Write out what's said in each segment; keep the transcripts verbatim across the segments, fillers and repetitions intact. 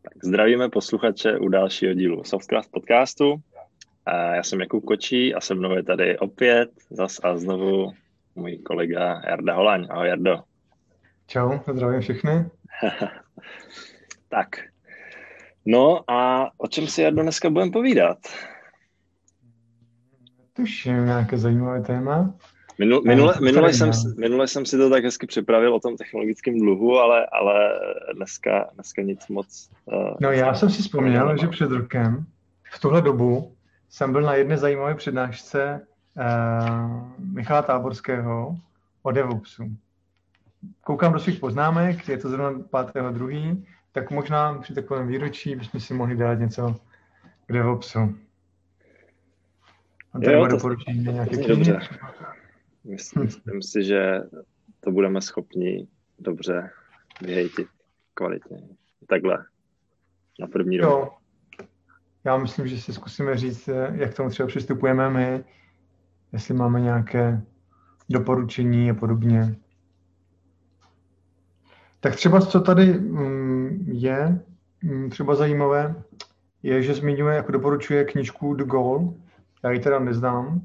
Tak zdravíme posluchače u dalšího dílu Softcraft podcastu. Já jsem Jakub Kočí a se mnou je tady opět zas a znovu můj kolega Jarda Holaň. Ahoj Jardo. Čau, zdravím všechny. Tak, no a o čem si Jardo dneska budeme povídat? Tuším, nějaké zajímavé téma. Minul, minule, minule, jsem, minule jsem si to tak hezky připravil o tom technologickém dluhu, ale, ale dneska, dneska nic moc... Uh, no já jsem si vzpomněl, že před rokem v tuhle dobu jsem byl na jedné zajímavé přednášce uh, Michala Táborského o DevOpsu. Koukám do svých poznámek, je to zrovna pátého druhý tak možná při takovém výročí bychom si mohli dát něco k DevOpsu. A tady bude doporučení nějaké knihy. Myslím, myslím si, že to budeme schopni dobře vyhejtit kvalitně. Takhle, na první rok. Já myslím, že si zkusíme říct, jak tomu třeba přistupujeme my, jestli máme nějaké doporučení a podobně. Tak třeba, co tady je třeba zajímavé, je, že zmiňuje, jako doporučuje knížku The Goal. Já ji teda neznám.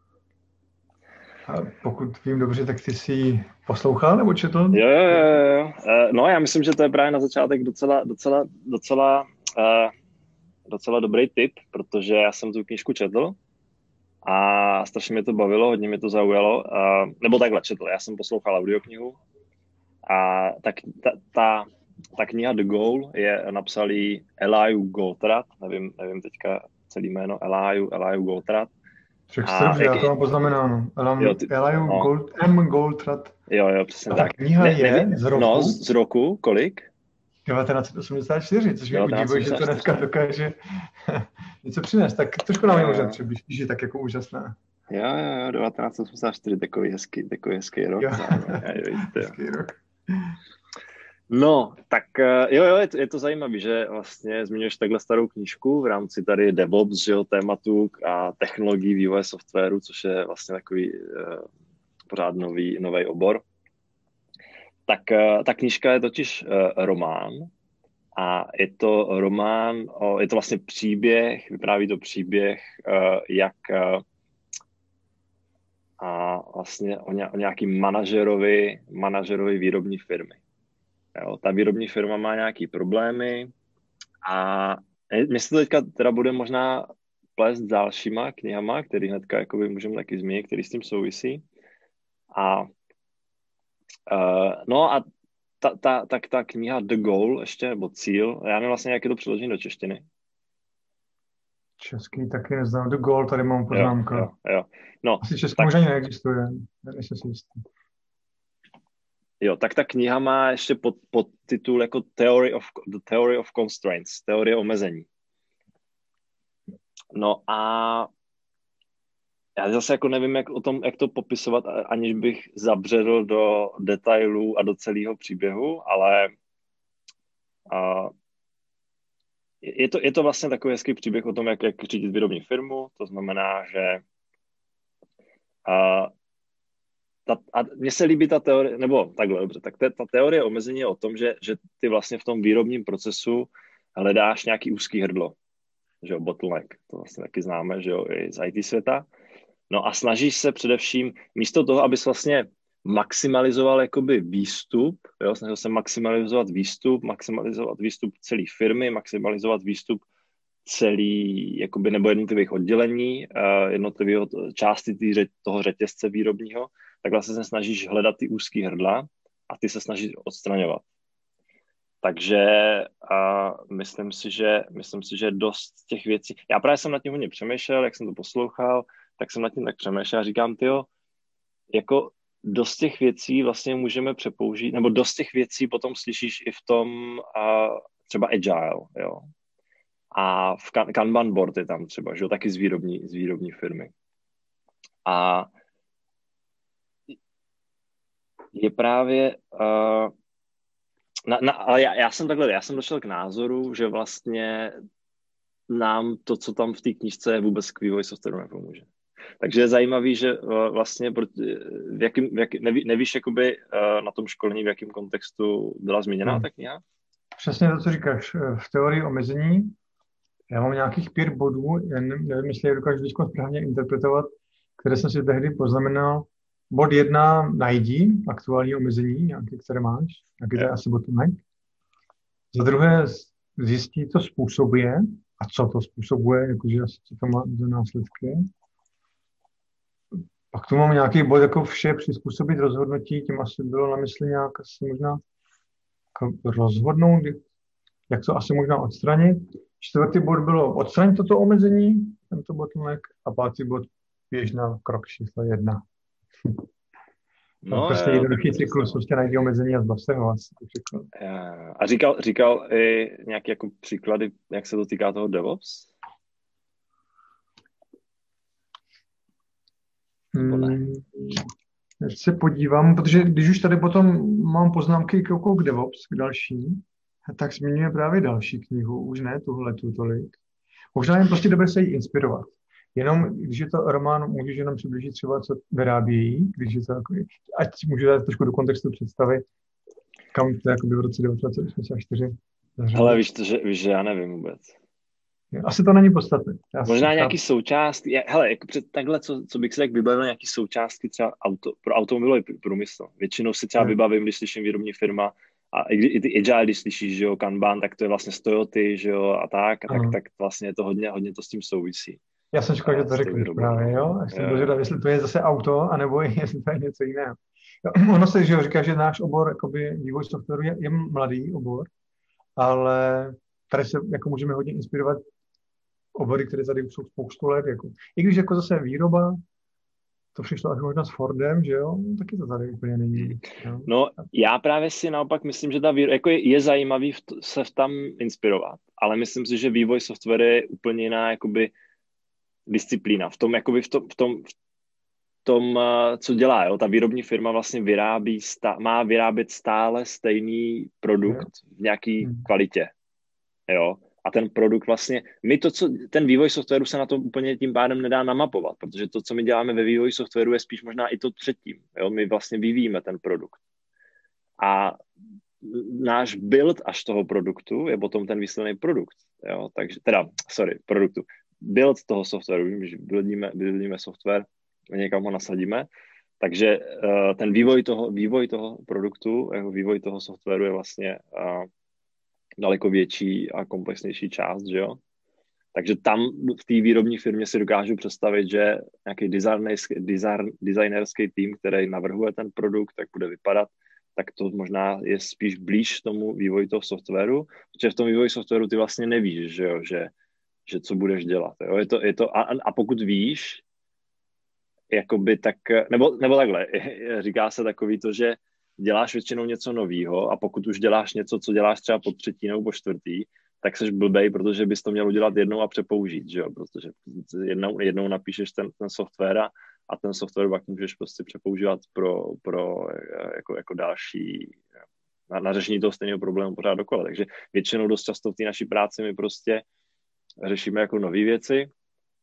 A pokud vím dobře, tak ty jsi ji poslouchal nebo četl? Jo, jo, jo. No, já myslím, že to je právě na začátek docela, docela, docela, uh, docela dobrý tip, protože já jsem tu knížku četl a strašně mě to bavilo, hodně mě to zaujalo. Uh, nebo takhle četl, já jsem poslouchal audioknihu a tak ta, ta, ta kniha The Goal je napsalý Elihu Goldratt, nevím, nevím teďka celý jméno, Elihu, Elihu Goldratt. Řekl jsi dobře, já to mám poznamenáno. Elihu no. Gold, M. Goldratt. Jo, jo, přesně a tak. Ta kniha ne, je nevím, z roku? No, z roku, kolik? devatenáct osmdesát čtyři, což mě udivuje, že to dneska dokáže něco přinést. Tak trošku nám je možná třeba, když je tak jako úžasná. Jo, jo, jo, devatenáct osmdesát čtyři, takový hezký, takový hezký rok. Jo. Hezký rok. No, tak jo, jo, je to, je to zajímavé, že vlastně zmiňuješ takhle starou knížku v rámci tady DevOps, že jo, tématu a technologií vývoje softwaru, což je vlastně takový uh, pořád nový, nový obor. Tak uh, ta knížka je totiž uh, román a je to román, o, je to vlastně příběh, vypráví to příběh, uh, jak uh, a vlastně o, ně, o nějaký manažerovi, manažerovi výrobní firmy. Jo, ta výrobní firma má nějaký problémy a my se to teďka teda bude možná plést s dalšíma knihama, který hnedka jakoby můžeme taky zmínit, který s tím souvisí. A uh, no a ta, ta, ta, ta kniha The Goal ještě, nebo Cíl, já nevím vlastně, jak je to přeložení do češtiny. Český taky neznám. The Goal, tady mám poznámku. Jo, jo, jo. No, asi český tak... možná neexistuje, nejsem si jistý. Jo, tak ta kniha má ještě pod, pod titul jako Theory of, The Theory of Constraints, teorie omezení. No a já zase jako nevím, jak o tom, jak to popisovat, aniž bych zabředl do detailů a do celého příběhu, ale a, je, to, je to vlastně takový hezký příběh o tom, jak, jak řídit výrobní firmu, to znamená, že a, Ta, a mně se líbí ta teorie, nebo takhle, dobře, tak te, ta teorie omezení je o tom, že, že ty vlastně v tom výrobním procesu hledáš nějaký úzký hrdlo, že jo, bottleneck, to vlastně taky známe, že jo, i z í té světa. No a snažíš se především, místo toho, abys vlastně maximalizoval jakoby výstup, jo, snažil se maximalizovat výstup, maximalizovat výstup celé firmy, maximalizovat výstup celý, jakoby, nebo jednotlivých oddělení, jednotlivého části tý, toho řetězce výrobního, tak vlastně se snažíš hledat ty úzký hrdla a ty se snažíš odstraňovat. Takže a myslím si, že myslím si, že dost těch věcí. Já právě jsem nad tím hodně přemýšlel, jak jsem to poslouchal, tak jsem nad tím tak přemýšlel a říkám, tyjo, jako dost těch věcí vlastně můžeme přepoužít, nebo dost těch věcí potom slyšíš i v tom a, třeba agile, jo. A v kan- Kanban board je tam třeba, že jo, taky z výrobní, z výrobní firmy. A je právě, uh, na, na, ale já, já jsem takhle, já jsem došel k názoru, že vlastně nám to, co tam v té knížce je, vůbec k vývoji softwaru nepomůže. Takže je zajímavý, že uh, vlastně v jakým, v jaký, neví, nevíš jakoby uh, na tom školení, v jakém kontextu byla zmíněná ta kniha? přesně to, co říkáš. V teorii omezení já mám nějakých pět bodů, jen nevím, jestli je dokážu teď správně interpretovat, které jsem si tehdy poznamenal. Bod jedna, najdi aktuální omezení, nějaké, které máš, nějaký to je asi bottleneck. Za druhé, zjistí, co způsobuje a co to způsobuje, jakože asi co to má za následky. Pak tu mám nějaký bod, jako vše přizpůsobit rozhodnutí, tím asi bylo na mysli nějak asi možná rozhodnout, jak to asi možná odstranit. Čtvrtý bod bylo odstranit toto omezení, tento bottleneck, a pátý bod běž na krok číslo jedna. No, prostě jo, jednoduchý cyklus, prostě najdi omezení a zbav se ho asi. A říkal, říkal i nějaké jako příklady, jak se to týká toho DevOps? Hmm, já se podívám, protože když už tady potom mám poznámky k, k DevOps, k další, tak zmiňuje právě další knihu, už ne tuhletu tolik. Možná jen prostě dobře se jí inspirovat. Jenom, když je to román, můžeš jenom přiblížit třeba, co vyrábějí, když je to takový, ať můžu dát trošku do kontextu představy, kam to je v roce devatenáct osmdesát čtyři. Hele, víš, to, že, víš, že já nevím vůbec. Asi to není podstatné. Možná nějaký součástky, hele, jako před takhle, co, co bych si tak vybavil, nějaký součástky třeba auto, pro automobilový průmysl. Většinou si třeba vybavím, když slyším výrobní firma, a i, i ty agile, když slyšíš, že jo, Kanban, tak to je vlastně z Toyoty, že jo, a tak, a tak, tak vlastně je to hodně, hodně to s tím souvisí. Já jsem čekal, že to řekneš právě, jo? Já jsem dožadal, jestli to je zase auto, anebo jestli to je něco jiného. Jo, ono se, že jo, říká, že náš obor, jakoby vývoj softwaru je, je mladý obor, ale tady se jako můžeme hodně inspirovat obory, které tady jsou spoustu let. Jako. I když jako zase výroba, to přišlo až možná s Fordem, že jo, taky to tady úplně není. Jo? No, já právě si naopak myslím, že ta výroba, jako je, je zajímavý v t- se tam inspirovat, ale myslím si, že vývoj softwaru je úplně jiná jakoby disciplína. V tom, jakoby v tom, v tom, v tom co dělá, jo? Ta výrobní firma vlastně vyrábí, stá, má vyrábět stále stejný produkt v nějaký hmm. kvalitě, jo. A ten produkt vlastně, my to, co, ten vývoj softwaru se na to úplně tím pádem nedá namapovat, protože to, co my děláme ve vývoji softwaru, je spíš možná i to předtím. Jo? My vlastně vyvíjíme ten produkt. A náš build až toho produktu je potom ten výsledný produkt. Jo? Takže, teda, sorry, produktu. Build toho softwaru, vím, že buildíme, buildíme software, někam ho nasadíme, takže uh, ten vývoj toho, vývoj toho produktu, jako vývoj toho softwaru je vlastně uh, daleko větší a komplexnější část, že jo. Takže tam v té výrobní firmě si dokážu představit, že nějaký designerský, design, designerský tým, který navrhuje ten produkt, tak bude vypadat, tak to možná je spíš blíž tomu vývoji toho softwaru, protože v tom vývoji softwaru ty vlastně nevíš, že jo, že, že co budeš dělat. Jo. Je to, je to, a, a pokud víš, jakoby tak, nebo, nebo takhle, říká se takový to, že děláš většinou něco novýho a pokud už děláš něco, co děláš třeba po třetí nebo po čtvrtý, tak seš blbej, protože bys to měl udělat jednou a přepoužít, že jo, protože jednou, jednou napíšeš ten, ten software a ten software pak můžeš prostě přepoužívat pro, pro jako, jako další, na, na řešení toho stejného problému pořád dokola, takže většinou dost často v té naší práci my prostě řešíme jako nové věci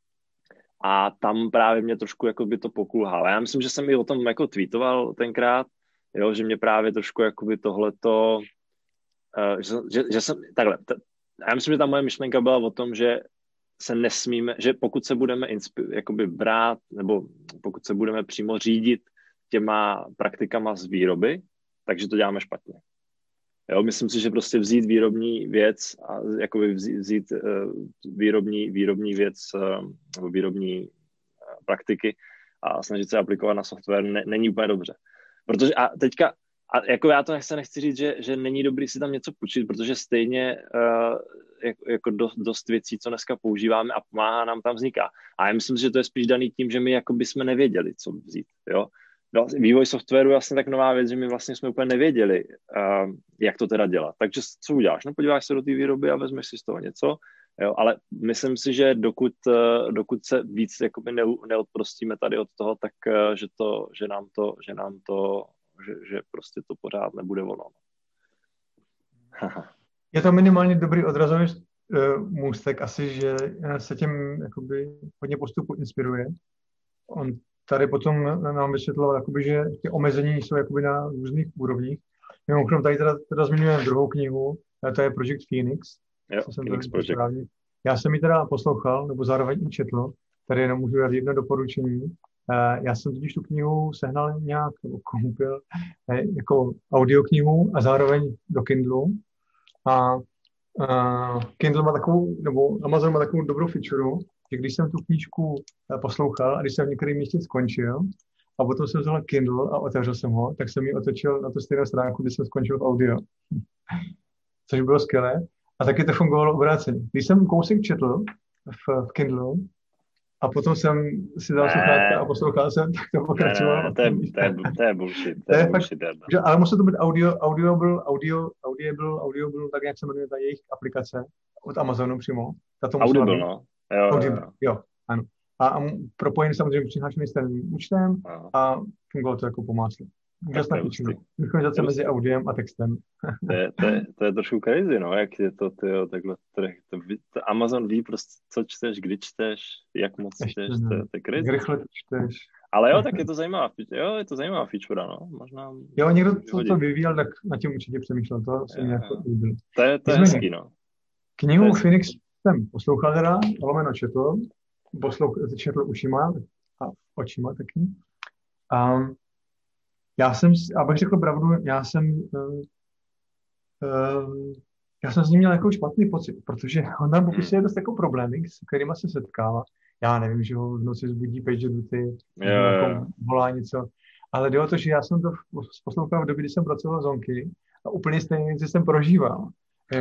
a tam právě mě trošku jako by to pokulhalo. Já myslím, že jsem i o tom jako tweetoval tenkrát, jo, že mě právě trošku jakoby tohleto, uh, že, že, že jsem, takhle, t- já myslím, že ta moje myšlenka byla o tom, že se nesmíme, že pokud se budeme inspi- jakoby brát, nebo pokud se budeme přímo řídit těma praktikama z výroby, takže to děláme špatně. Jo, myslím si, že prostě vzít výrobní věc a jakoby vzít, vzít uh, výrobní, výrobní věc uh, nebo výrobní uh, praktiky a snažit se aplikovat na software ne, není úplně dobře. Protože a teďka, a jako já to nechci, nechci říct, že, že není dobrý si tam něco půjčit, protože stejně uh, jako, jako dost, dost věcí, co dneska používáme a pomáhá nám tam vzniká. A já myslím, že to je spíš daný tím, že my jako by jsme nevěděli, co vzít. Jo? Vývoj softwaru je vlastně tak nová věc, že my vlastně jsme úplně nevěděli, uh, jak to teda dělat. Takže co uděláš? No podíváš se do té výroby a vezmeš si z toho něco, jo? Ale myslím si, že dokud, uh, dokud se víc jakoby ne, neodprostíme tady od toho, tak uh, že, to, že nám to, že nám to, že, že prostě to pořád nebude ono. Je to minimálně dobrý odrazový uh, můstek asi, že se tím jakoby hodně postupu inspiruje. On tady potom nám vysvětloval, jakoby, že ty omezení jsou jakoby na různých úrovních. Mimochodem tady teda, teda zmiňujeme druhou knihu, to je Project Phoenix. Jo, Phoenix Project. Správně. Já jsem ji teda poslouchal, nebo zároveň i četl, tady jenom můžu dát jedno doporučení. Já jsem totiž tu knihu sehnal nějak, nebo koupil jako audioknihu a zároveň do Kindlu. A uh, Kindle má takovou, nebo Amazon má takovou dobrou feature, že když jsem tu knížku poslouchal a když jsem v některém místě skončil a potom jsem vzal Kindle a otevřel jsem ho, tak jsem ji otočil na tu stejnou stránku, kde jsem skončil v audio. Což bylo skvělé. A taky to fungovalo obráceně. Když jsem kousek četl v, v Kindle a potom jsem si dal sluchátka a poslouchal jsem, tak to pokračovalo. Ne, ne, to, je, to, je, to je bullshit. To je, je bullshit fakt, že, ale musí to být audio, audible, audio, audible, audible, tak jak se jmenuje ta jejich aplikace od Amazonu přímo. Audible, být. No. Jo, Audible, jo, jo, ano. A, a propojený samozřejmě přihlášený s tím účtem a fungovalo to jako po másle. Úžasná feature. Synchronizace mezi audiem a textem. to, je, to, je, to je trošku crazy, no, jak je to, tyjo, takhle, to, to, to Amazon ví prostě, co čteš, kdy čteš, jak moc Ještě čteš, to, to je crazy. Jak rychle čteš. Ale jo, tak je to zajímavá, jo, je to zajímavá feature, no, možná... Jo, někdo, co to vyvíjel, tak na tím určitě přemýšlel, to se mi jako líbilo. To je, to je hezký, no. Knihu Phoenix jsem poslouchal teda, lomeno četl, poslouch, četl ušima a očima taky. Um, Já jsem, abych řekl pravdu, já jsem, uh, uh, já jsem s ním měl jako špatný pocit, protože on tam popisuje dost jako problémy, s kterými se setkává. Já nevím, že ho v noci zbudí pagerduty, jako volá něco, ale jde o to, že já jsem to poslouchal v době, kdy jsem pracoval v Zonky a úplně stejně věci jsem prožíval.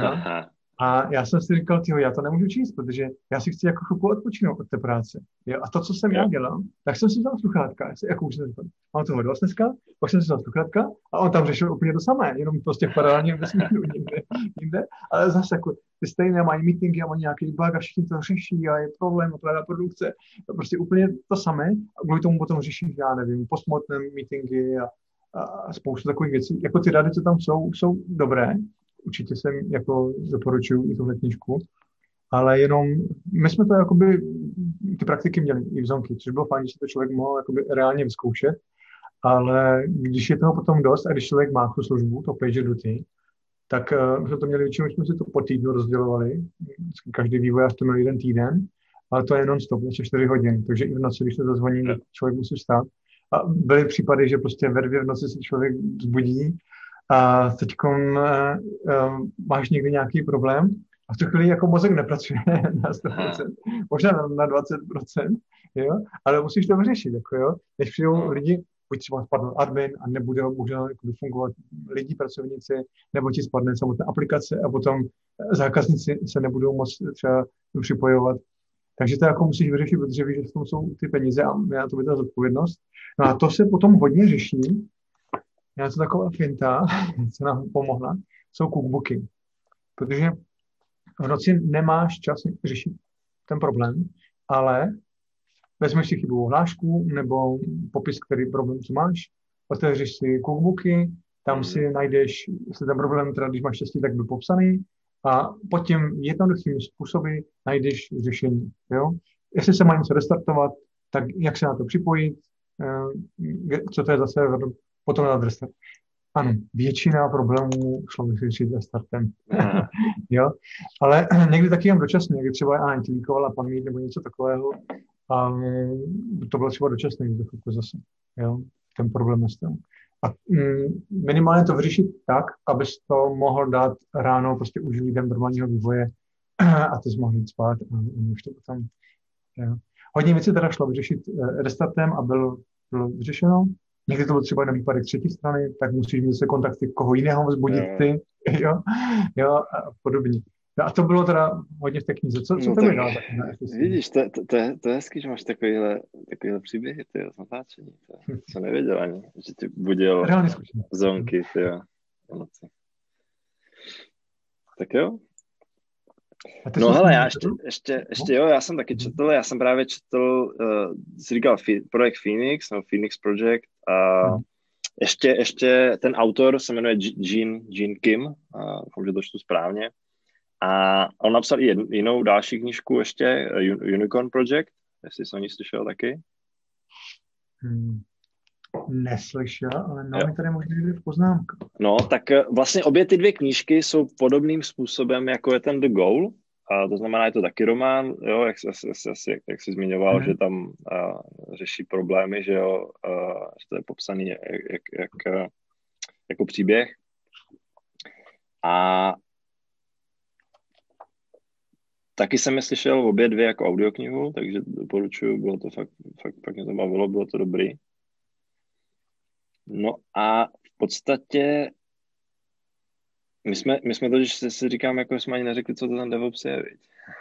A já jsem si říkal, tyjo, já to nemůžu číst, protože já si chci jako chvilku odpočinout od té práce. Jo? A to, co jsem já dělal, tak jsem si vzal sluchátka. Jako už jsem říkal, mám toho dost dneska, pak jsem si vzal sluchátka a on tam řešil úplně to samé, jenom prostě v paralelním vesmíru někde, někde. Ale zase jako ty stejné mají meetingy a mají nějaký bug a všichni to řeší a je problém a plná produkce. To prostě úplně to samé. A kvůli tomu potom řeší, já nevím, postmortem meetingy a, a spoustu takových věcí. Jako ty rady, co tam jsou, jsou dobré. Určitě jsem jako doporučuji i tuhle knížku, ale jenom my jsme to jakoby, ty praktiky měli i v Zonky, což bylo fajn, že si to člověk mohl jakoby reálně vyzkoušet, ale když je toho potom dost a když člověk má tu službu, to PagerDuty, tak uh, jsme to měli většinou, jsme si to po týdnu rozdělovali, každý vývojář to měl jeden týden, ale to je non-stop, ještě čtyři hodiny, takže i v noci, když se zazvoní, člověk musí vstát. A byly případy, že prostě ve dvě v noci se člověk vzbudí a teď uh, uh, máš někdy nějaký problém a v tu chvíli jako mozek nepracuje na sto procent, možná na, na dvacet procent, jo? Ale musíš to vyřešit, jako jo, než přijdou lidi, buď třeba spadne admin a nebude možná jako fungovat lidi, pracovníci, nebo ti spadne samotná aplikace a potom zákazníci se nebudou moc třeba připojovat. Takže to jako musíš vyřešit, protože víš, že v tom jsou ty peníze a já to by ta zodpovědnost. No a to se potom hodně řeší. Já to taková finta, co nám pomohla, jsou cookbooky. Protože v noci nemáš čas řešit ten problém, ale vezmeš si chybovou hlášku nebo popis, který problém co máš, otevřeš si cookbooky, tam si najdeš, jestli ten problém, teda když máš štěstí, tak byl popsaný a pod tím jednoduchými způsoby najdeš řešení. Jo? Jestli se má něco restartovat, tak jak se na to připojit, co to je za server, potom na restart. Ano, většina problémů šlo vyřešit restartem. Jo? Ale někdy taky jen dočasně, někdy třeba a antilíkovala paměť nebo něco takového. A to bylo třeba dočasné, když to zase. Jo? Ten problém nastal. A mm, minimálně to vyřešit tak, abys to mohl dát ráno prostě už lidem normálního vývoje a ty jsi mohl jít spát a už to potom. Jo? Hodně věcí teda šlo vyřešit restartem a bylo, bylo vyřešeno. Někdy to bylo třeba na výpadek třetí strany, tak musíš mít se kontakty, koho jiného vzbudit ty, jo, jo, a podobně. A to bylo teda hodně v té knize. Co, co no to tak, by dalo? Vidíš, to, to, to, je, to je hezký, že máš takovýhle, takovýhle příběhy, tyjo, z natáčení. To, to jsem nevěděl ani, že ti budil Zonky, tyjo, v noci. Tak jo. No hele, já ještě, ještě, ještě jo, já jsem taky četl, já jsem právě četl, uh, jsi říkal fi, projekt Phoenix, no Phoenix Project a hmm. ještě, ještě ten autor se jmenuje Gene, Gene Kim, uh, doufám, že to čtu správně, a on napsal i jednu, jinou další knížku ještě, uh, Unicorn Project, jestli jsi o ní slyšel taky. Hmm. neslyšel, ale Jo. máme tady možná někde v poznámkách. No, tak eh, vlastně obě ty dvě knížky jsou podobným způsobem, jako je ten The Goal. A to znamená, je to taky román, jo, jak, jak, jak, jak jsi zmiňoval, Mm-hmm. že tam uh, řeší problémy, že jo, uh, že to je popsaný jak, jak, jak, uh, jako příběh. A taky jsem je slyšel obě dvě jako audioknihu, takže doporučuju, bylo to fakt, fakt, fakt mě to bavilo, bylo to dobrý. No a v podstatě my jsme, my jsme totiž si, si říkám, jako jsme ani neřekli, co to ten DevOps je, viď?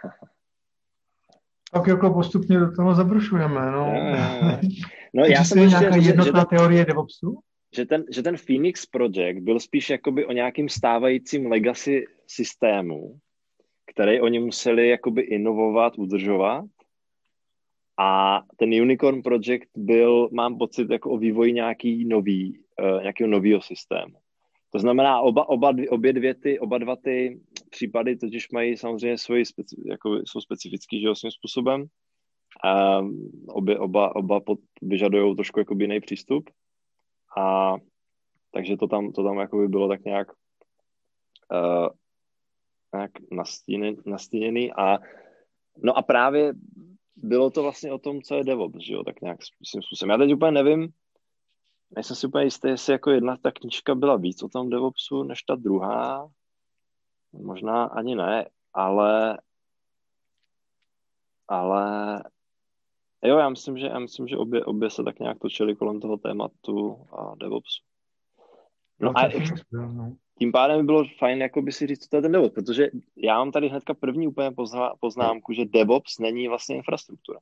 Tak jako postupně do toho zabrušujeme, no. Jo, jo, jo. No já jsem Existuje nějaká říct, jednotná že, teorie DevOpsu? že ten, že ten Phoenix Project byl spíš jakoby o nějakým stávajícím legacy systému, který oni museli jakoby inovovat, udržovat. A ten Unicorn Project byl, mám pocit, jako o vývoji nějaký nový, uh, nějakého nového systému. To znamená, oba, oba, dvě, obě dvě ty, oba dva ty případy totiž mají samozřejmě svoji, speci, jako jsou specifický, že jo, svým způsobem. Um, obě, oba, oba pod, vyžadují trošku jakoby jiný přístup. A takže to tam, to tam jakoby bylo tak nějak, uh, nějak nastíněný, nastíněný. A no a právě bylo to vlastně o tom, co je DevOps, že jo, tak nějak svým způsobem. Já teď úplně nevím, nejsem si úplně jistý, jestli jako jedna ta knížka byla víc o tom DevOpsu, než ta druhá. Možná ani ne, ale ale jo, já myslím, že, já myslím, že obě, obě se tak nějak točily kolem toho tématu a DevOpsu. No no, a no. tím pádem by bylo fajn jako by si říct, co to je ten DevOps, protože já mám tady hnedka první úplně poznámku, že DevOps není vlastně infrastruktura.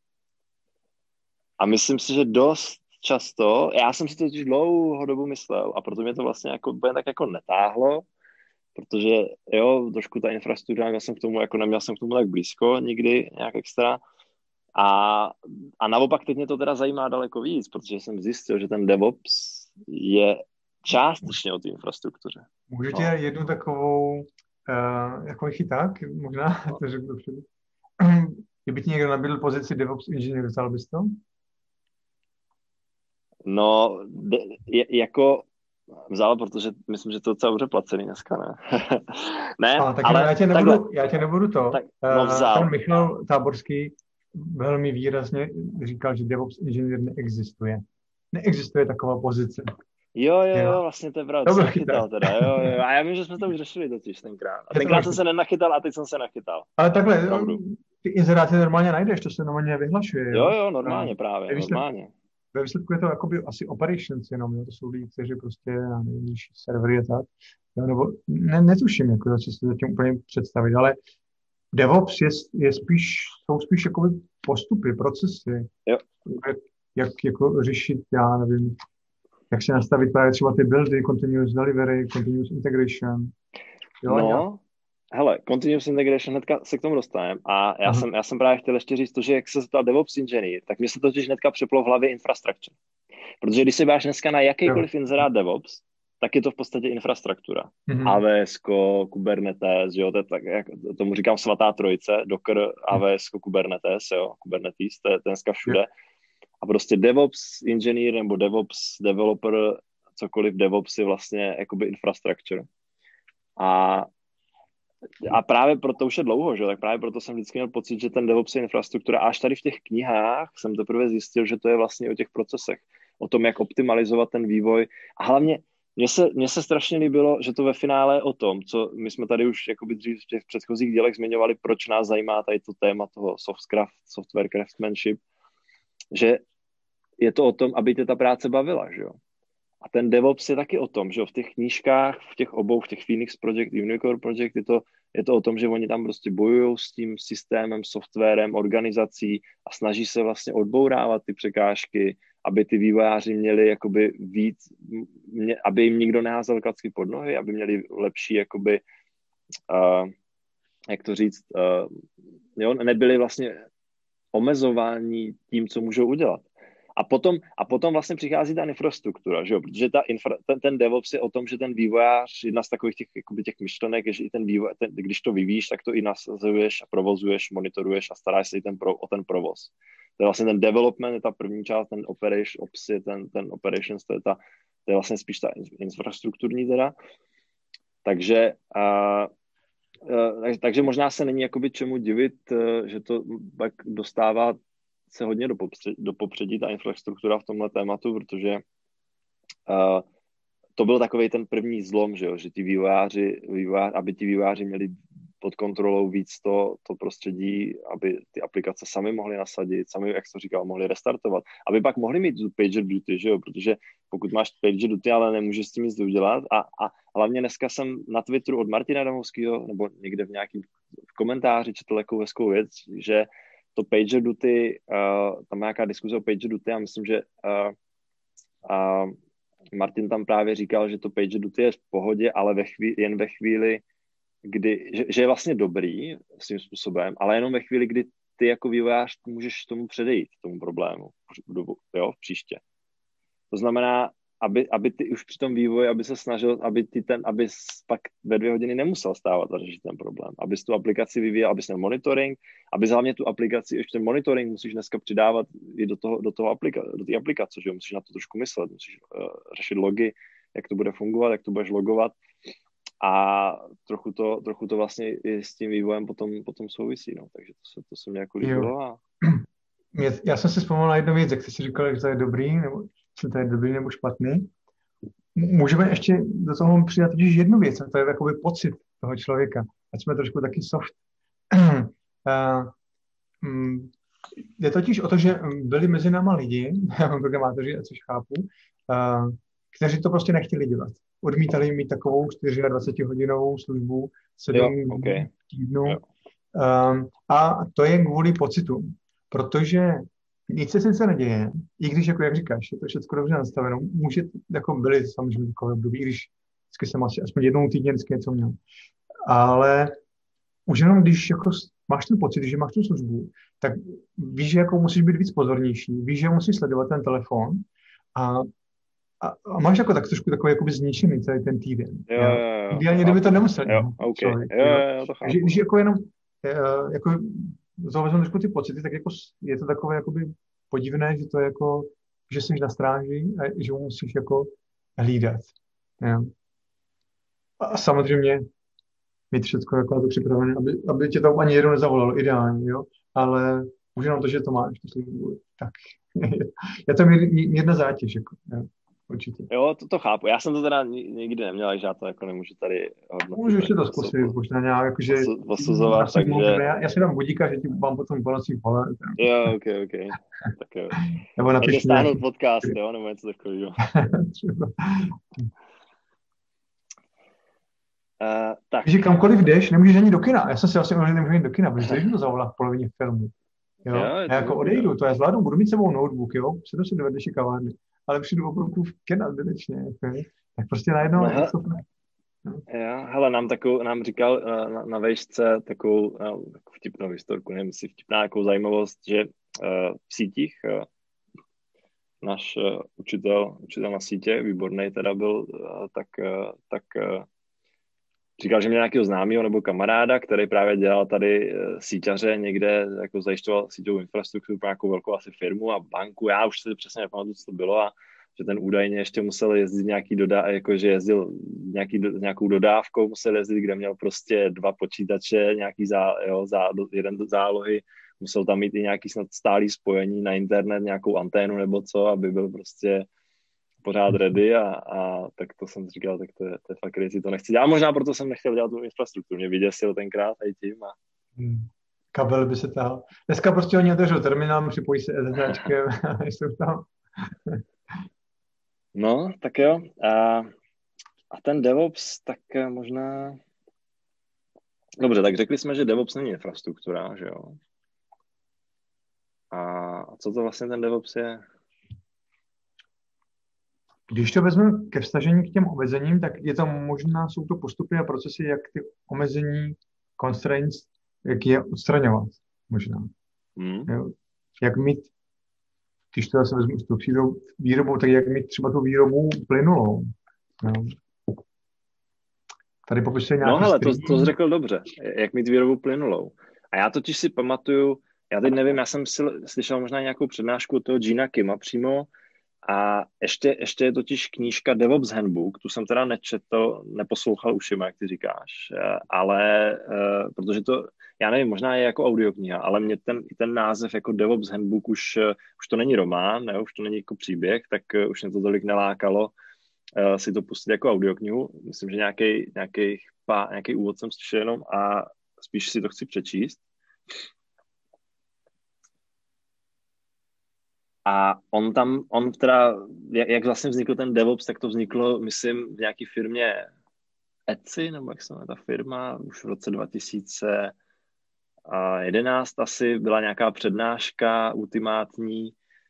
A myslím si, že dost často, já jsem si to totiž dlouhou dobu myslel a proto mě to vlastně jako úplně tak jako netáhlo, protože jo, trošku ta infrastruktura, já jsem k tomu, jako neměl jsem k tomu tak blízko nikdy, nějak extra. A, a naopak teď mě to teda zajímá daleko víc, protože jsem zjistil, že ten DevOps je částečně o té infrastruktuře. Můžu tě no. jednu takovou, uh, jako chyták, možná, no. to řeknu dopředu. Kdyby ti někdo nabídl pozici DevOps inženýr, vzal bys to? No, de, je, jako vzal, protože myslím, že to je docela dobře placený dneska, ne? ne, ale, tak ale já tě nebudu, takhle, já tě nebudu to. Tak, no vzal. Ten Michal Táborský velmi výrazně říkal, že DevOps inženýr neexistuje. Neexistuje taková pozice. Jo, jo, jo, vlastně to je pravda, to jsem nachytal teda, jo, jo, a já vím, že jsme to už řešili totiž tenkrát. A tenkrát jsem se nenachytal a teď jsem se nachytal. Ale takhle, pravdu. Ty inzeráty normálně najdeš, to se normálně vyhlašuje. Jo, jo, normálně právě, ve výsledku, normálně. Ve výsledku je to jakoby asi operations jenom, jo, to jsou lidi, kteří prostě na nejnižší servery a tak, jo, nebo ne, netuším, jako, co si zatím úplně představit, ale DevOps je, je spíš, jsou spíš jakoby postupy, procesy, jo. Jak, jak jako řešit, já nevím, jak si nastavit právě třeba ty buildy, continuous delivery, continuous integration. Jo, no, já. hele, continuous integration, hnedka se k tomu dostaneme a já jsem, já jsem právě chtěl ještě říct to, že jak se zeptal DevOps inženýr, tak mi se totiž hnedka přeplo v hlavě infrastructure. Protože když se báš dneska na jakýkoliv inzerát DevOps, tak je to v podstatě infrastruktura. Mm-hmm. A W S, Kubernetes, jo, to je tak, jak tomu říkám svatá trojice, Docker, A W S, Kubernetes, jo, Kubernetes, to je dneska všude. Yeah. A prostě DevOps inženýr nebo DevOps developer, cokoliv DevOps je vlastně jakoby infrastructure. A, a právě proto už je dlouho, že? Tak právě proto jsem vždycky měl pocit, že ten DevOps je infrastruktura. A až tady v těch knihách jsem teprve zjistil, že to je vlastně o těch procesech, o tom, jak optimalizovat ten vývoj. A hlavně mně se, mně se strašně líbilo, že to ve finále je o tom, co my jsme tady už jakoby dřív v těch předchozích dílech zmiňovali, proč nás zajímá tady to téma toho softcraft, software craftsmanship, že je to o tom, aby tě ta práce bavila, že jo. A ten DevOps je taky o tom, že jo, v těch knížkách, v těch obou, v těch Phoenix Project, Unicorn Project, je to, je to o tom, že oni tam prostě bojují s tím systémem, softwarem, organizací a snaží se vlastně odbourávat ty překážky, aby ty vývojáři měli jakoby víc, mě, aby jim nikdo neházel klacky pod nohy, aby měli lepší jakoby, uh, jak to říct, uh, jo, nebyli vlastně omezování tím, co můžou udělat. A potom, a potom vlastně přichází ta infrastruktura, že jo? Protože ta infra, ten, ten DevOps je o tom, že ten vývojář, jedna z takových těch, jakoby těch myšlenek je, že i ten vývoj, ten, když to vyvíjíš, tak to i nasazuješ a provozuješ, monitoruješ a staráš se i ten pro, o ten provoz. To je vlastně ten development, je ta první část, ten operation, ops je ten, ten operations, to je, ta, to je vlastně spíš ta infrastrukturní teda. Takže, a, a, takže možná se není jakoby čemu divit, že to pak dostává se hodně do popředí, do popředí ta infrastruktura v tomhle tématu, protože uh, to byl takový ten první zlom, že, jo? Že ti vývojáři, vývojáři, aby ti vývojáři měli pod kontrolou víc to, to prostředí, aby ty aplikace sami mohly nasadit, sami, jak to říkal, mohli restartovat, aby pak mohli mít tu PagerDuty, že jo? Protože pokud máš PagerDuty, ale nemůžeš s tím nic udělat a, a hlavně dneska jsem na Twitteru od Martina Adamovského nebo někde v nějakém komentáři četl takovou hezkou věc, že to PagerDuty, uh, tam má nějaká diskuze o PagerDuty a myslím, že uh, uh, Martin tam právě říkal, že to PagerDuty je v pohodě, ale ve chvíli, jen ve chvíli, kdy, že, že je vlastně dobrý svým způsobem, ale jenom ve chvíli, kdy ty jako vývojář můžeš tomu předejít, tomu problému, jo, příště. To znamená, aby, aby ty už při tom vývoji, aby se snažil, aby ty ten, aby pak ve dvě hodiny nemusel stávat a řešit ten problém. Abys tu aplikaci vyvíjel, abys měl monitoring, aby hlavně tu aplikaci, ještě ten monitoring musíš dneska přidávat i do toho, do toho aplika, do té aplikace, že jo, musíš na to trošku myslet, musíš uh, řešit logy, jak to bude fungovat, jak to budeš logovat a trochu to, trochu to vlastně i s tím vývojem potom, potom souvisí, no, takže to se, to se mě jako líbilo. A... Já jsem si vzpomněl na jednu věc, jak jsi si říkal, že to je dobrý, nebo že to je dobrý nebo špatný. Můžeme ještě do toho přidat totiž jednu věc, a to je jakoby pocit toho člověka. Ať jsme trošku taky soft. Je totiž o to, že byli mezi náma lidi, programátoři, což chápu, kteří to prostě nechtěli dělat. Odmítali mít takovou dvacetičtyřhodinovou službu sedm okay. týdnů. Jo. A to je kvůli pocitům. Protože nic se sice neděje, i když, jako jak říkáš, je to všechno dobře nastaveno, může, jako byly samozřejmě takové období, když vždycky jsem asi aspoň jednou týdně vždycky něco měl. Ale už jenom když jako máš ten pocit, že máš tu službu, tak víš, že jako musíš být víc pozornější, víš, že musíš sledovat ten telefon a, a, a máš jako tak trošku takový jakoby zničený celý ten týden. Jo, jo, jo. Ideálně, kdyby to nemusel. Jo, okay. člověk, jo, jo, jo, to chápu. Že, že jako jenom jako to vezmu trošku ty pocity, tak jako je to takové jakoby podivné, že to je jako, že jsi na stráži a že musíš jako hlídat. Jo. A samozřejmě mít všechno jako to připravené, aby, aby tě tam ani jednou nezavolal, ideálně, jo. Ale už jenom to, že to máš, to službu, tak je to mírná zátěž, jako, jo. Určitě. Jo, to, to chápu. Já jsem to teda nikdy neměl, takže já to jako nemůžu tady hodnotit. Můžu ještě to zkusit, možná nějak, jakože... Posuzovat, takže... Já, já si dám budíka, že ti mám potom po nocích volat. Jo, ok, ok. Tak jo. Nebo napiš stáhnout podcast, jo, nebo něco takového. Třeba. Uh, tak. Když kamkoliv jdeš, nemůžeš ani do kina. Já jsem si vlastně nemůžu jít do kina, protože když to zavolá v polovině filmu. Jo? Jo, já jako odejdu, to já zvládnu, budu mít sebou notebook, jo, sedu si do vedlejší kavárny, ale přijdu opravdu v kina zbytečně, jako, tak prostě najednou... No, he, no. Jo, hele, nám, takovou, nám říkal na, na vejšce takovou, no, takovou vtipnou historku, nevím, si vtipná takovou zajímavost, že uh, v sítích uh, náš uh, učitel, učitel na sítě, výborný teda byl, uh, tak, uh, tak uh, říkal, že měl nějakého známého nebo kamaráda, který právě dělal tady síťaře někde, jako zajišťoval síťovou infrastrukturu pro nějakou velkou asi firmu a banku. Já už si přesně nepamatuju, co to bylo a že ten údajně ještě musel jezdit nějaký dodá, jakože jezdil nějaký, nějakou dodávkou, musel jezdit, kde měl prostě dva počítače, nějaký zá, jo, zá, jeden zálohy, musel tam mít i nějaký snad stálý spojení na internet, nějakou anténu nebo co, aby byl prostě pořád ready a, a tak to jsem říkal, tak to je, to je fakt crazy, to nechci dělat. A možná proto jsem nechtěl dělat tu infrastrukturu, mě vyděsil tenkrát i tím. A... Hmm. Kabel by se tahal. Dneska prostě oni otevřou terminál, připojí se SSHčkem a jsou tam. No, tak jo. A, a ten DevOps, tak možná... Dobře, tak řekli jsme, že DevOps není infrastruktura, že jo? A co to vlastně ten DevOps je? Když to vezmeme ke vztažení k těm omezením, tak je to možná, jsou to postupy a procesy, jak ty omezení, constraints, jak je odstraňovat možná. Hmm. Jo? Jak mít když to zase vezmu s tou výrobou, tak jak mít třeba tu výrobu plynulou. No. Tady popisuje nějaký... No hele, to, to jsi řekl dobře, jak mít výrobu plynulou. A já totiž si pamatuju, já teď nevím, já jsem si slyšel možná nějakou přednášku od toho Gina Kima přímo a ještě, ještě je totiž knížka DevOps Handbook, tu jsem teda nečetl, neposlouchal ušima, jak ty říkáš, ale protože to, já nevím, možná je jako audiokniha, ale mě ten, ten název jako DevOps Handbook už, už to není román, ne, už to není jako příběh, tak už mě to tolik nelákalo uh, si to pustit jako audioknihu. Myslím, že nějaký, nějaký, pá, nějaký úvod jsem slyšel jenom a spíš si to chci přečíst. A on tam, on teda, jak, jak vlastně vznikl ten DevOps, tak to vzniklo, myslím, v nějaké firmě Etsy, nebo jak se jmenuje ta firma, už v roce dva tisíce jedenáct asi byla nějaká přednáška ultimátní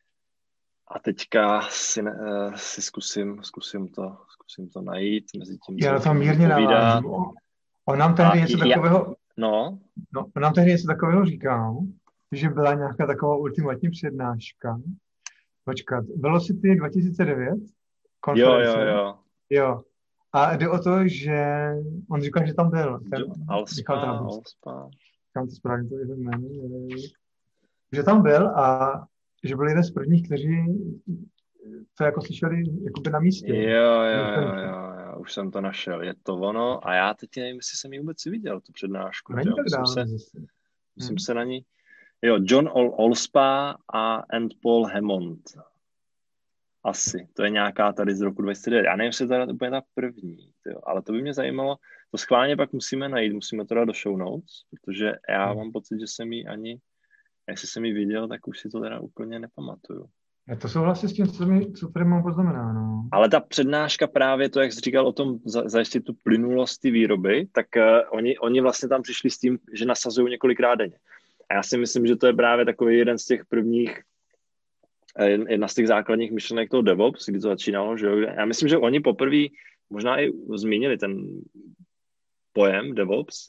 a teďka si, uh, si zkusím, zkusím, to, zkusím to najít. Mezi tím, já tam mírně navážu. On nám tehdy něco takového, no. No, on nám tehdy něco takového říkal, že byla nějaká taková ultimátní přednáška. Počkat, bylo si ty dva tisíce devět? Konference? Jo, jo, jo. Jo. A jde o to, že on říkal, že tam byl. Ten, Alspa, Alspa. Říkám to správně, to je ten jméno. Že tam byl a že byl jeden z prvních, kteří to jako slyšeli jakoby na místě. Jo, jo, jo, jo, jo, už jsem to našel. Je to ono a já teď nevím, jestli jsem ji vůbec viděl, tu přednášku. Není tak musím, dávno, se, musím hmm. se na ní... Jo, John Allspa a and Paul Hammond. Asi. To je nějaká tady z roku dva tisíce devět. Já nevím, jestli to je úplně ta první, tyjo, ale to by mě zajímalo. To schválně pak musíme najít, musíme to dát do show notes, protože já mám pocit, že jsem ji ani, jestli jsem ji viděl, tak už si to teda úplně nepamatuju. Já to souhlasím s tím, co, mi, co tady mám poznamenáno. Ale ta přednáška právě to, jak jsi říkal o tom za, zajistit tu plynulost ty výroby, tak uh, oni, oni vlastně tam přišli s tím, že nasazují několikrát denně. A já si myslím, že to je právě takový jeden z těch prvních, jedna z těch základních myšlenek toho DevOps, kdy to začínalo, že jo. Já myslím, že oni poprvé možná i zmínili ten pojem DevOps.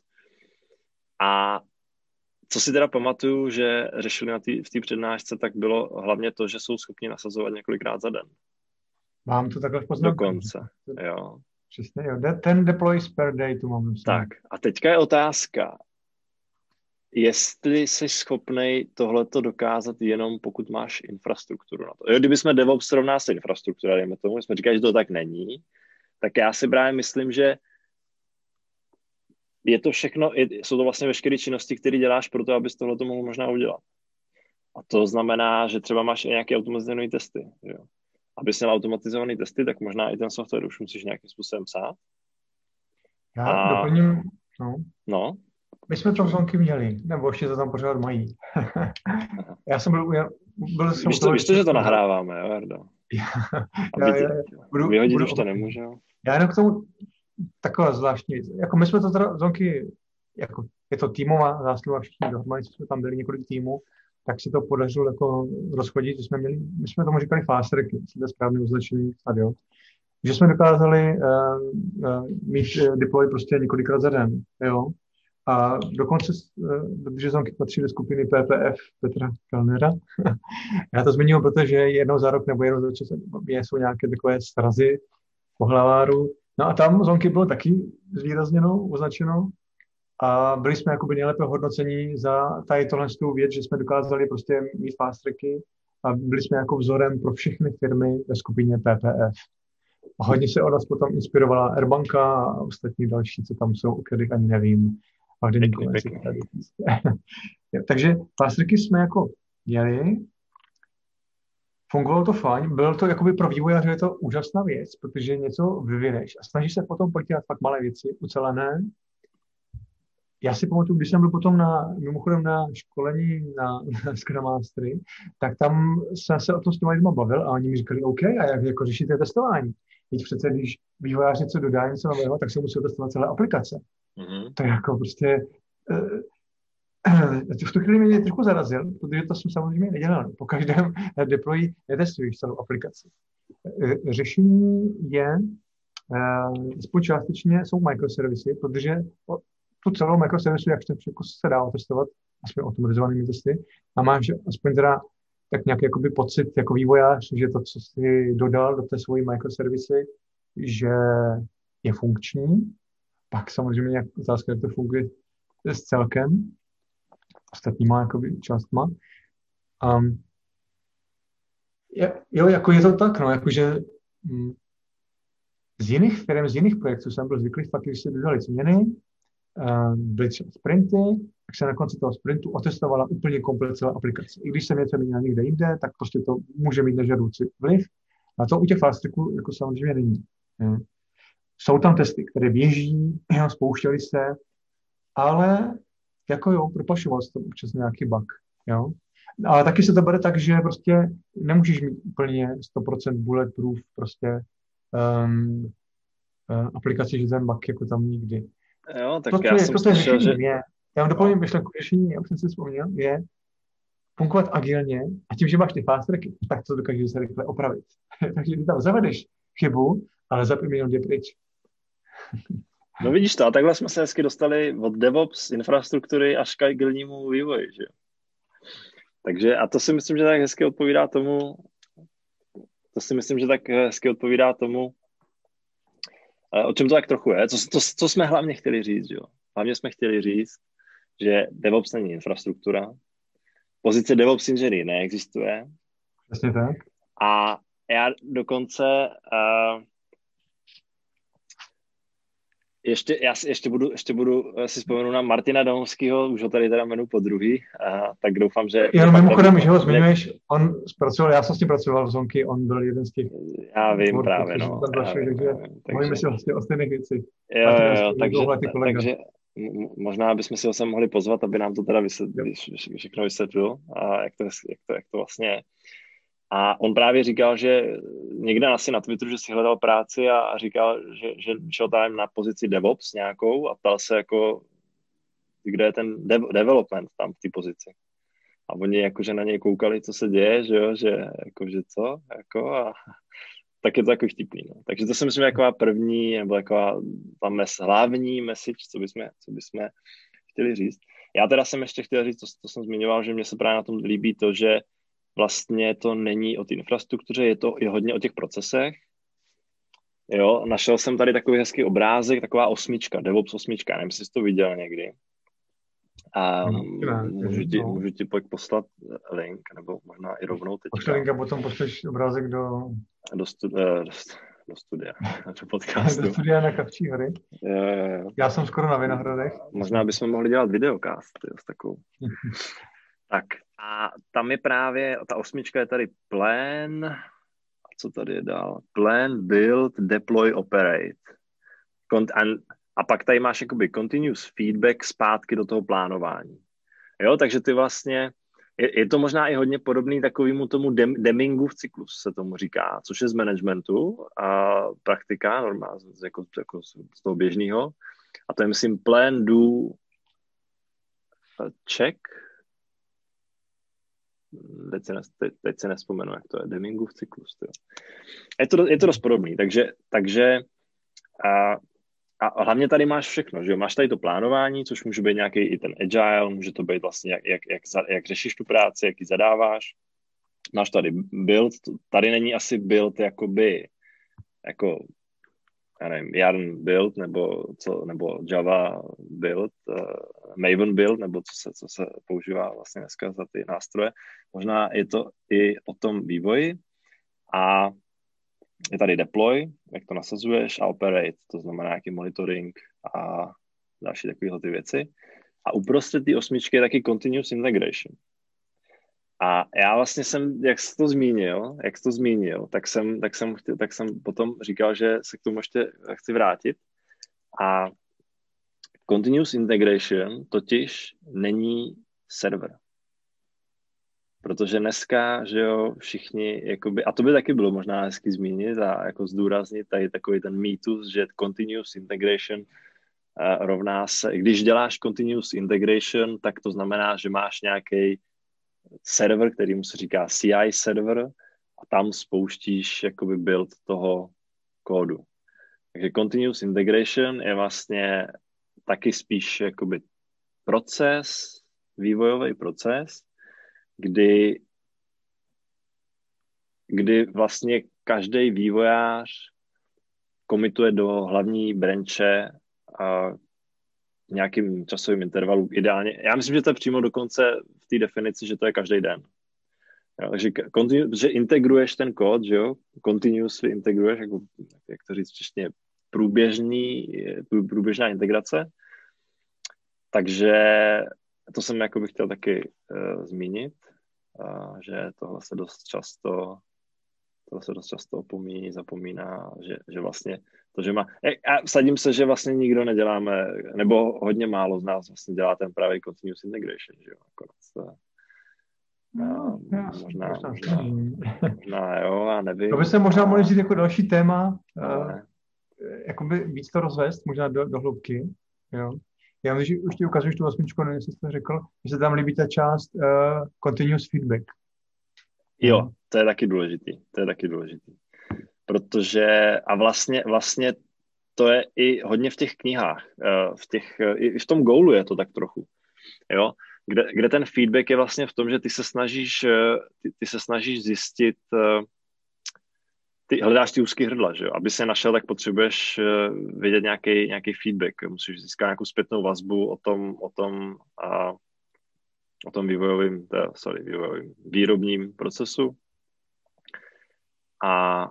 A co si teda pamatuju, že řešili na tý, v té přednášce, tak bylo hlavně to, že jsou schopni nasazovat několikrát za den. Mám to takhle v poznámku. Dokonce, jo. Přesně, jo. Ten deploys per day tu mám. Tak, a teďka je otázka, jestli jsi schopnej tohleto dokázat jenom pokud máš infrastrukturu na to. Jo, kdyby jsme DevOps srovnali s infrastrukturou, dejme tomu, jsme říkali, že to tak není, tak já si právě myslím, že je to všechno, jsou to vlastně veškeré činnosti, které děláš pro to, abys tohleto mohl možná udělat. A to znamená, že třeba máš i nějaké automatizované testy. Jo. Abys měl automatizované testy, tak možná i ten software už musíš nějakým způsobem psát. Já a... doplním, no. no. My jsme to v Zonky měli, nebo ještě to tam pořád mají. Já jsem byl... Já, byl jsem víš, to, víš to, že to nahráváme, jo, Jardo? já, já, budu, vyhodit budu, už to nemůže. Já jenom k tomu taková zvláštní věc. Jako my jsme to teda Zonky, jako je to týmová zásluha, všichni dohromady jsme tam byli několik týmů, tak se to podařilo jako rozchodit, že jsme měli, my jsme tomu říkali fast tracky, to je správně označený stadion, že jsme dokázali uh, uh, mít uh, deploy prostě několikrát za den, jo. A dokonce, protože Zonky patří do skupiny P P F Petra Kellnera. Já to zmiňuji, protože jednou za rok nebo jednou za čas jsou nějaké takové srazy po hlaváru. No a tam Zonky bylo taky zvýrazněno, označeno a byli jsme jakoby nejlépe hodnocení za tady tohle věc, že jsme dokázali prostě mít fast tracky a byli jsme jako vzorem pro všechny firmy ve skupině P P F. A hodně se od nás potom inspirovala Airbanka a ostatní další, co tam jsou, o kterých ani nevím. A kde nikoho Takže fast tracky jsme jako měli, fungovalo to fajn, bylo to jakoby pro vývojáře je to úžasná věc, protože něco vyvineš a snažíš se potom pak dělat fakt malé věci, ucelené. Já si pamatuju, když jsem byl potom na, mimochodem na školení na, na Scrum Mastery, tak tam jsem se o tom s těma lidma bavil a oni mi říkali, OK, a jak jako řešíte testování? Teď přece, když vývojář něco dodá, něco nového, tak se musí testovat celé aplikace. Mm-hmm. To je jako prostě... Uh, v tu chvíli mě trochu zarazil, protože to jsem samozřejmě nedělal. Po každém deployi netestuješ celou aplikaci. Uh, řešení je, uh, aspoň částečně jsou microservisy, protože tu celou microservisu, jak se dá otestovat, aspoň automatizovanými testy, a máš aspoň teda tak nějaký jakoby pocit jako vývojář, že to, co jsi dodal do té svojí microservisy, že je funkční. Pak samozřejmě nějak otázka, jak to funguje s celkem, ostatníma jakoby částma. Um, je, jo, jako je to tak, no, jakože hm, z jiných firm, z jiných projektů jsem byl zvyklý fakt, když se dodali změny, uh, byly třeba sprinty, tak se na konci toho sprintu otestovala úplně komplet celá aplikace. I když jsem něco měnil někde jinde, tak prostě to může mít nežadoucí vliv. A to u těch fast tracků jako samozřejmě není. Ne? Jsou tam testy, které běží, jo, spouštěly se, ale jako jo, propašoval se to občas nějaký bug, jo. Ale taky se to bude tak, že prostě nemůžeš mít úplně sto procent bulletproof prostě um, uh, aplikaci, že ten bug jako tam nikdy. Jo, tak to, já je, jsem to, slyšel, že... Je, já vám doplním myšlenku řešení, já už jsem si vzpomněl, je fungovat agilně a tím, že máš ty fast tracky, tak to dokážeš se rychle opravit. Takže ty tam zavedeš chybu, ale za pět minut je pryč. No vidíš to, a takhle jsme se hezky dostali od DevOps infrastruktury až k agilnímu vývoji, že? Takže a to si myslím, že tak hezky odpovídá tomu, to si myslím, že tak hezky odpovídá tomu, o čem to tak trochu je, co, co, co jsme hlavně chtěli říct, jo? Hlavně jsme chtěli říct, že DevOps není infrastruktura, pozice DevOps inženýr neexistuje. Přesně tak. A já dokonce uh, ještě, já si, ještě budu, ještě budu si vzpomenu na Martina Domského, už ho tady teda jmenu po druhý, uh, tak doufám, že... Jenom mimochodem, že ho zmiňuješ, on zpracoval, já jsem s tím pracoval v Zonky, on byl jeden z těch... Já vím tvor, právě, no. Zašli, já vím, takže mluvíme si vlastně o stejných věcích. Jo, jo, jo, takže, takže možná bychom si ho sem mohli pozvat, aby nám to teda vysvětlil, všechno vysvětlil, a jak to, jak, to, jak to vlastně je. A on právě říkal, že někde asi na Twitteru, že si hledal práci a, a říkal, že, že šel tam na pozici DevOps nějakou a ptal se jako, kde je ten dev, development tam v té pozici. A oni jakože na něj koukali, co se děje, že jo, že jakože co, jako a tak je to takový vtipný, no. Takže to si myslím, jako první, nebo taková ta mes, hlavní message, co bychom, co bychom chtěli říct. Já teda jsem ještě chtěl říct, to, to jsem zmiňoval, že mě se právě na tom líbí to, že vlastně to není o té infrastruktuře, je to i hodně o těch procesech. Jo, našel jsem tady takový hezký obrázek, taková osmička, DevOps osmička, nevím, jestli jsi to viděl někdy. A no, můžu, ti, no. můžu ti pojď poslat link, nebo možná i rovnou teďka. Pošle link a potom pošleš obrázek do... Do, stu, do, do studia, do podcastu. Do studia na Kavčí hory. Jo, jo, jo. Já jsem skoro na Vinohradech. Možná bychom mohli dělat videokast, jo, s takovou. Tak a tam je právě, ta osmička je tady plan, a co tady je dál? Plan, build, deploy, operate. Cont- and, a pak tady máš jakoby continuous feedback zpátky do toho plánování. Jo, takže ty vlastně, je, je to možná i hodně podobný takovému tomu dem, Demingův cyklus, se tomu říká, což je z managementu a praktika, normálně, jako, jako z toho běžného. A to je, myslím, plan, do, check, Teď se, teď, teď se nespomenu, jak to je, Demingův cyklus. Tyjo. Je to, je to dost podobný, takže, takže a, a hlavně tady máš všechno, že jo? Máš tady to plánování, což může být nějaký i ten agile, může to být vlastně, jak, jak, jak, jak řešíš tu práci, jak ji zadáváš. Máš tady build, tady není asi build jakoby, jako, já nevím, Yarn build, nebo, co, nebo Java build, uh, Maven build, nebo co se, co se používá vlastně dneska za ty nástroje. Možná je to i o tom vývoji a je tady deploy, jak to nasazuješ, a operate, to znamená nějaký monitoring a další takovéhle ty věci. A uprostřed té osmičky je taky continuous integration. A já vlastně jsem, jak jsi to zmínil, jak jsi to zmínil, tak jsem, tak jsem, chtěl, tak jsem potom říkal, že se k tomu ještě chci vrátit. A continuous integration totiž není server. Protože dneska, že jo, všichni, jakoby, a to by taky bylo možná hezky zmínit a jako zdůraznit tady takový ten mýtus, že continuous integration uh, rovná se, když děláš continuous integration, tak to znamená, že máš nějaký server, kterýmu se říká C I server a tam spouštíš jakoby build toho kódu. Takže continuous integration je vlastně taky spíš jakoby proces, vývojový proces, kdy kdy vlastně každý vývojář komituje do hlavní branche a v nějakým časovým intervalu ideálně. Já myslím, že to je přímo dokonce v té definici, že to je každý den. Jo, takže, continu, že integruješ ten kód, že jo, continuously integruješ, jako, jak to říct češtině, průběžný, průběžná integrace. Takže to jsem jako bych chtěl taky uh, zmínit, uh, že tohle se dost často tohle se dost často opomíní, zapomíná, že, že vlastně to, že má... A vsadím se, že vlastně nikdo neděláme, nebo hodně málo z nás vlastně dělá ten pravý continuous integration, že jo, nakonec. No, A jasný, možná, možná, možná, možná, jo, a nevím. To by se možná mohli říct jako další téma, Ale... uh, jakoby víc to rozvést, možná do, do hloubky, jo. Já myslím, že už ti ukazuješ tu osmičku, nevím, jestli jsi to řekl, že se tam líbí ta část uh, continuous feedback. Jo, to je taky důležitý, to je taky důležitý. Protože, a vlastně, vlastně to je i hodně v těch knihách, uh, v těch, uh, i v tom goalu je to tak trochu, jo. Kde, kde ten feedback je vlastně v tom, že ty se snažíš, ty, ty se snažíš zjistit, ty hledáš ty úzký hrdla, že jo? Aby se našel, tak potřebuješ vědět nějaký, nějaký feedback, musíš získat nějakou zpětnou vazbu o tom, o tom, a, o tom vývojovým, sorry, vývojovým výrobním procesu a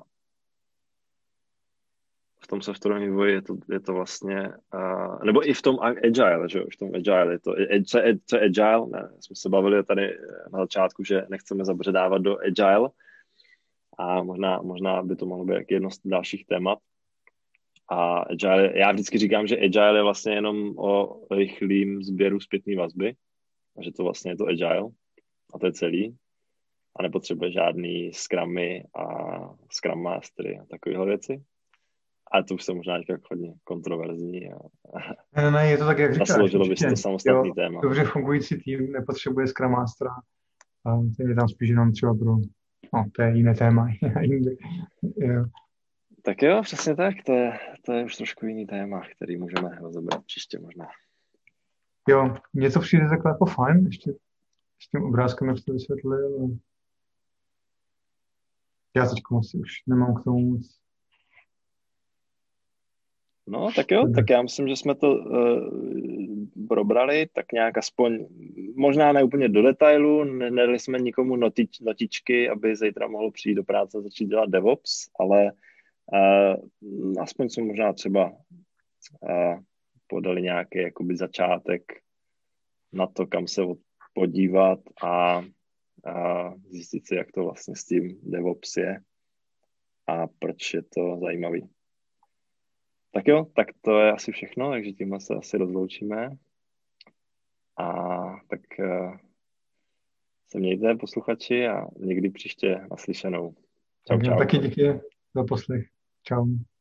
v tom softwarovém vývoji je to, je to vlastně, uh, nebo i v tom agile, že jo, v tom agile je to, co je, co je agile, ne, jsme se bavili tady na začátku, že nechceme zabředávat do agile a možná, možná by to mohlo být jedno z dalších témat. A agile, já vždycky říkám, že agile je vlastně jenom o rychlým sběru zpětné vazby, a že to vlastně je to agile a to je celý a nepotřebuje žádný scrumy a scrum mastery a takovéhle věci. A to už se možná jako hodně kontroverzní. A... Ne, ne, je to tak, jak říkáš. Zasloužilo by to samostatný jo, téma. Dobře fungující tým nepotřebuje Scrum Mastera. A ten je tam spíš jenom třeba pro... No, to je jiné téma. jo. Tak jo, přesně tak. To je, to je už trošku jiný téma, který můžeme rozebrat příště možná. Jo, něco přijde takhle jako fajn, ještě s tím obrázkem, jak jste vysvětlil. Já teď asi už nemám k tomu moc. No, tak jo, tak já myslím, že jsme to uh, probrali, tak nějak aspoň, možná ne úplně do detailu, nedali jsme nikomu notič, notičky, aby zítra mohlo přijít do práce a začít dělat DevOps, ale uh, aspoň jsme možná třeba uh, podali nějaký jakoby začátek na to, kam se podívat a, a zjistit si, jak to vlastně s tím DevOps je a proč je to zajímavý. Tak jo, tak to je asi všechno, takže tímhle se asi rozloučíme. A tak uh, se mějte, posluchači, a někdy příště naslyšenou. Čau, čau. Taky díky za poslech. Čau.